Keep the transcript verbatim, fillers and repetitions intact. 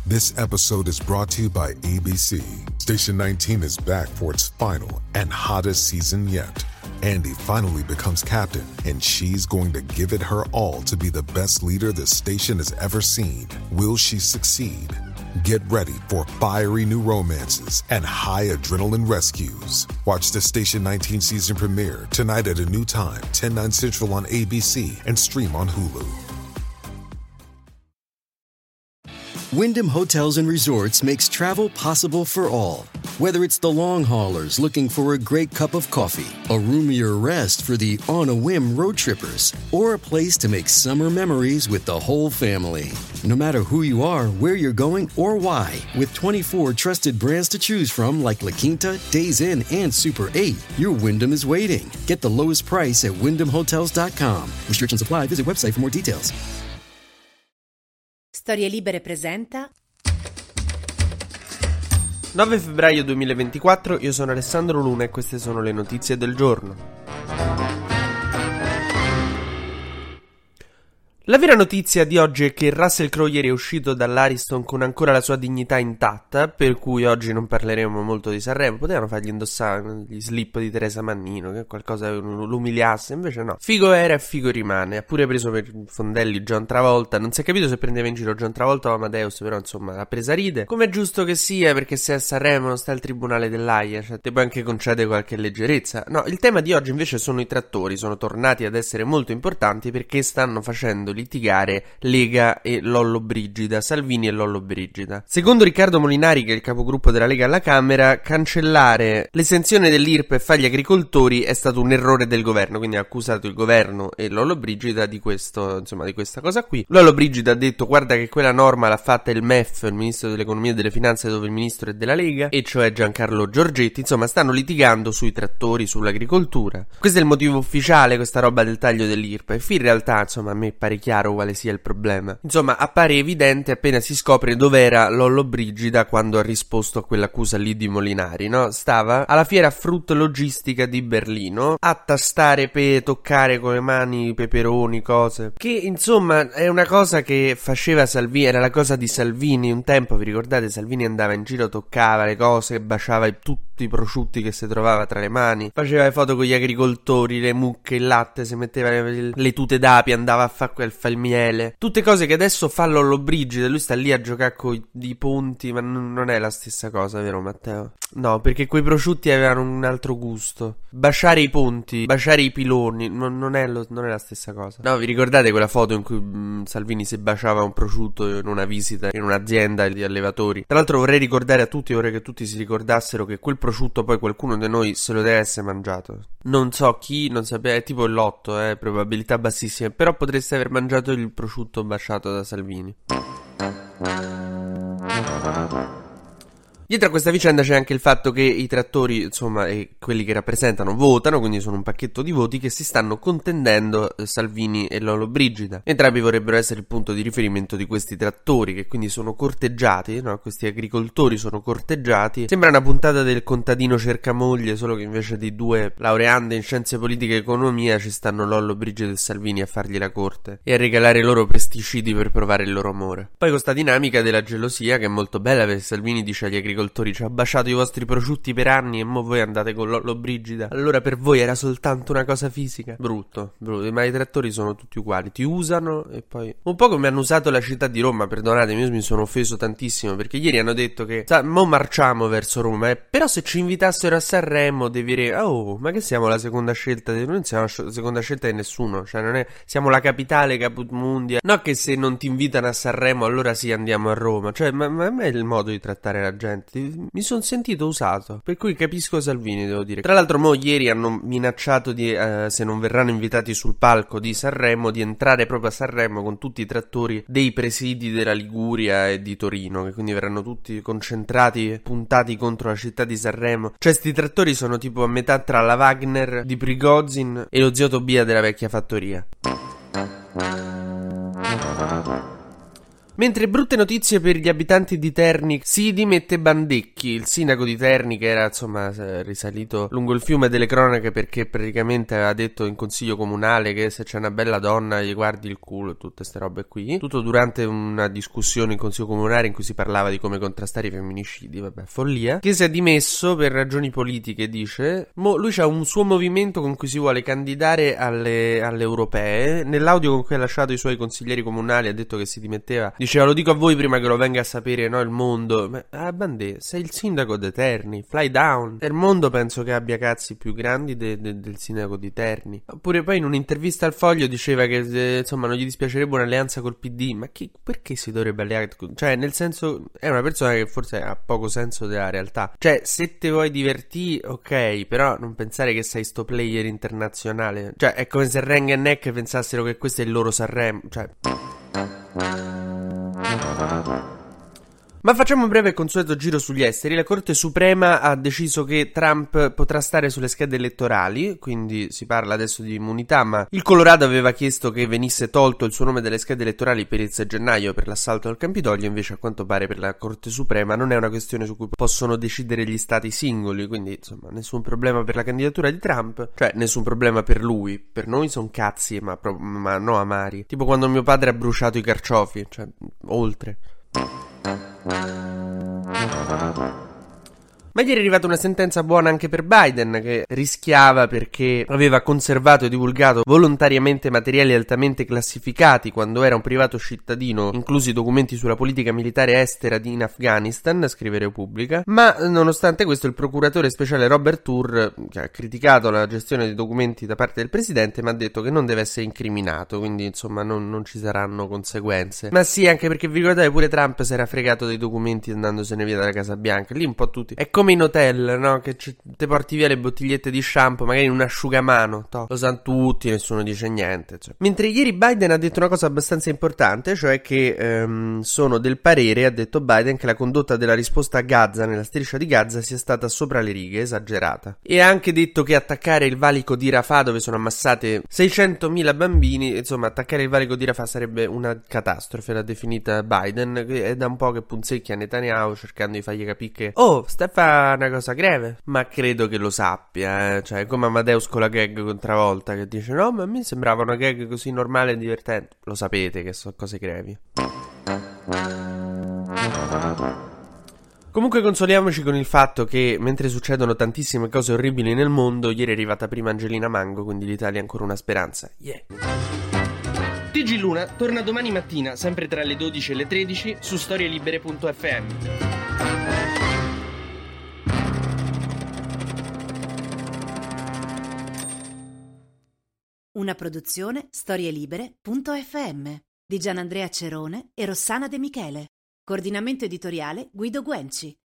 This episode is brought to you by A B C. Station nineteen is back for its final and hottest season yet. Andy finally becomes captain, and she's going to give it her all to be the best leader the station has ever seen. Will she succeed? Get ready for fiery new romances and high adrenaline rescues. Watch the Station nineteen season premiere tonight at a new time, ten, nine Central on A B C and stream on Hulu. Wyndham Hotels and Resorts makes travel possible for all. Whether it's the long haulers looking for a great cup of coffee, a roomier rest for the on-a-whim road trippers, or a place to make summer memories with the whole family. No matter who you are, where you're going, or why, with twenty-four trusted brands to choose from like La Quinta, Days Inn, and Super eight, your Wyndham is waiting. Get the lowest price at wyndham hotels dot com. Restrictions apply. Visit website for more details. Storie Libere presenta nove febbraio duemilaventiquattro, io sono Alessandro Luna e queste sono le notizie del giorno. La vera notizia di oggi è che Russell Crowe ieri è uscito dall'Ariston con ancora la sua dignità intatta, per cui oggi non parleremo molto di Sanremo. Potevano fargli indossare gli slip di Teresa Mannino, che qualcosa lo umiliasse, invece no. Figo era e figo rimane. Ha pure preso per i fondelli John Travolta, non si è capito se prendeva in giro John Travolta o Amadeus, però insomma l'ha presa ride. Come è giusto che sia, perché se a Sanremo non sta il tribunale dell'Aia, cioè te puoi anche concedere qualche leggerezza. No, il tema di oggi invece sono i trattori, sono tornati ad essere molto importanti perché stanno facendo litigare Lega e Lollobrigida, Salvini e Lollobrigida. Secondo Riccardo Molinari, che è il capogruppo della Lega alla Camera, cancellare l'esenzione dell'I R P E F agli agricoltori è stato un errore del governo, quindi ha accusato il governo e Lollobrigida di questo, insomma, di questa cosa qui. Lollobrigida ha detto: guarda che quella norma l'ha fatta il M E F, il ministro dell'economia e delle finanze, dove il ministro è della Lega, e cioè Giancarlo Giorgetti. Insomma, stanno litigando sui trattori, sull'agricoltura. Questo è il motivo ufficiale, questa roba del taglio dell'I R P E F. In realtà, insomma, a me pare chiaro quale sia il problema. Insomma, appare evidente appena si scopre dov'era Lollobrigida quando ha risposto a quell'accusa lì di Molinari, no? Stava alla fiera Frutta Logistica di Berlino a tastare, pe toccare con le mani peperoni, cose che insomma è una cosa che faceva Salvini, era la cosa di Salvini un tempo, vi ricordate? Salvini andava in giro, toccava le cose, baciava tutti i prosciutti che si trovava tra le mani, faceva le foto con gli agricoltori, le mucche, il latte, si metteva le, le tute d'api, andava a fare quel fa il miele, tutte cose che adesso fa Lollobrigida. Lui sta lì a giocare con i ponti, ma n- non è la stessa cosa, vero Matteo? No, perché quei prosciutti avevano un altro gusto. Baciare i ponti, baciare i piloni, non, non, è, lo, non è la stessa cosa. No, vi ricordate quella foto in cui mh, Salvini si baciava un prosciutto in una visita in un'azienda di allevatori? Tra l'altro vorrei ricordare a tutti, vorrei che tutti si ricordassero che quel prosciutto poi qualcuno di noi se lo deve essere mangiato. Non so chi, non sapeva, è tipo il lotto, eh, probabilità bassissime, però potreste aver mangiato il prosciutto baciato da Salvini. Dietro a questa vicenda c'è anche il fatto che i trattori, insomma, e quelli che rappresentano votano, quindi sono un pacchetto di voti che si stanno contendendo eh, Salvini e Lollobrigida. Entrambi vorrebbero essere il punto di riferimento di questi trattori, che quindi sono corteggiati, no? Questi agricoltori sono corteggiati. Sembra una puntata del Contadino cerca moglie, solo che invece di due laureande in scienze politiche e economia ci stanno Lollobrigida e Salvini a fargli la corte e a regalare loro pesticidi per provare il loro amore. Poi con sta dinamica della gelosia che è molto bella, perché Salvini dice agli agricoltori: ci ha baciato i vostri prosciutti per anni e mo voi andate con Lollobrigida, allora per voi era soltanto una cosa fisica. Brutto, brutto, ma i trattori sono tutti uguali, ti usano e poi un po' come hanno usato la città di Roma. Perdonatemi, io mi sono offeso tantissimo perché ieri hanno detto che sa, mo marciamo verso Roma, eh, però se ci invitassero a Sanremo devi dire: oh, ma che siamo la seconda scelta di... non siamo la seconda scelta di nessuno, cioè non è, siamo la capitale caput mundia, no che se non ti invitano a Sanremo allora sì andiamo a Roma, cioè ma, ma è il modo di trattare la gente. Mi sono sentito usato, per cui capisco Salvini, devo dire. Tra l'altro mo ieri hanno minacciato di, eh, se non verranno invitati sul palco di Sanremo, di entrare proprio a Sanremo con tutti i trattori dei presidi della Liguria e di Torino, che quindi verranno tutti concentrati, puntati contro la città di Sanremo. Cioè sti trattori sono tipo a metà tra la Wagner di Prigozhin e lo zio Tobia della vecchia fattoria. Mentre brutte notizie per gli abitanti di Terni, si dimette Bandecchi, il sindaco di Terni, che era insomma risalito lungo il fiume delle cronache perché praticamente aveva detto in consiglio comunale che se c'è una bella donna gli guardi il culo e tutte ste robe qui, tutto durante una discussione in consiglio comunale in cui si parlava di come contrastare i femminicidi, vabbè, follia, che si è dimesso per ragioni politiche, dice. Mo lui c'ha un suo movimento con cui si vuole candidare alle, alle europee. Nell'audio con cui ha lasciato i suoi consiglieri comunali ha detto che si dimetteva, diceva: lo dico a voi prima che lo venga a sapere, no, il mondo. Ma ah, Bandè, sei il sindaco di Terni, fly down. E il mondo penso che abbia cazzi più grandi de, de, del sindaco di Terni. Oppure poi in un'intervista al Foglio diceva che eh, insomma non gli dispiacerebbe un'alleanza col P D. Ma chi, perché si dovrebbe alleare? Cioè, nel senso, è una persona che forse ha poco senso della realtà. Cioè, se te vuoi divertire, ok, però non pensare che sei sto player internazionale. Cioè, è come se Reng e Neck pensassero che questo è il loro Sanremo. Cioè... Ma facciamo un breve e consueto giro sugli esteri. La Corte Suprema ha deciso che Trump potrà stare sulle schede elettorali, quindi si parla adesso di immunità, ma il Colorado aveva chiesto che venisse tolto il suo nome dalle schede elettorali per il sei gennaio per l'assalto al Campidoglio, invece a quanto pare per la Corte Suprema non è una questione su cui possono decidere gli stati singoli, quindi insomma nessun problema per la candidatura di Trump, cioè nessun problema per lui. Per noi sono cazzi, ma, pro- ma no amari, tipo quando mio padre ha bruciato i carciofi, cioè oltre. Ma ieri è arrivata una sentenza buona anche per Biden, che rischiava perché aveva conservato e divulgato volontariamente materiali altamente classificati quando era un privato cittadino, inclusi documenti sulla politica militare estera in Afghanistan, scrive Repubblica. Ma nonostante questo il procuratore speciale Robert Hur, che ha criticato la gestione dei documenti da parte del presidente, ma ha detto che non deve essere incriminato, quindi insomma non, non ci saranno conseguenze. Ma sì, anche perché vi ricordate pure Trump si era fregato dei documenti andandosene via dalla Casa Bianca, lì un po' tutti. È come in hotel, no? Che te porti via le bottigliette di shampoo, magari in un asciugamano, to. Lo sanno tutti, nessuno dice niente, cioè. Mentre ieri Biden ha detto una cosa abbastanza importante, cioè che ehm, sono del parere, ha detto Biden, che la condotta della risposta a Gaza, nella striscia di Gaza, sia stata sopra le righe, esagerata. E ha anche detto che attaccare il valico di Rafah, dove sono ammassate seicentomila bambini, insomma attaccare il valico di Rafah sarebbe una catastrofe, l'ha definita Biden, che è da un po' che punzecchia Netanyahu cercando di fargli capire che oh, sta fa una cosa grave, ma credo che lo sappia, eh? Cioè come Amadeus con la gag con Travolta che dice no, ma a me sembrava una gag così normale e divertente. Lo sapete che sono cose grevi. Comunque consoliamoci con il fatto che mentre succedono tantissime cose orribili nel mondo, ieri è arrivata prima Angelina Mango, quindi l'Italia ha ancora una speranza. Yeah. T G Luna torna domani mattina, sempre tra le dodici e le tredici, su storielibere punto effe emme. Una produzione storielibere punto effe emme di Gianandrea Cerone e Rossana De Michele. Coordinamento editoriale Guido Guenci.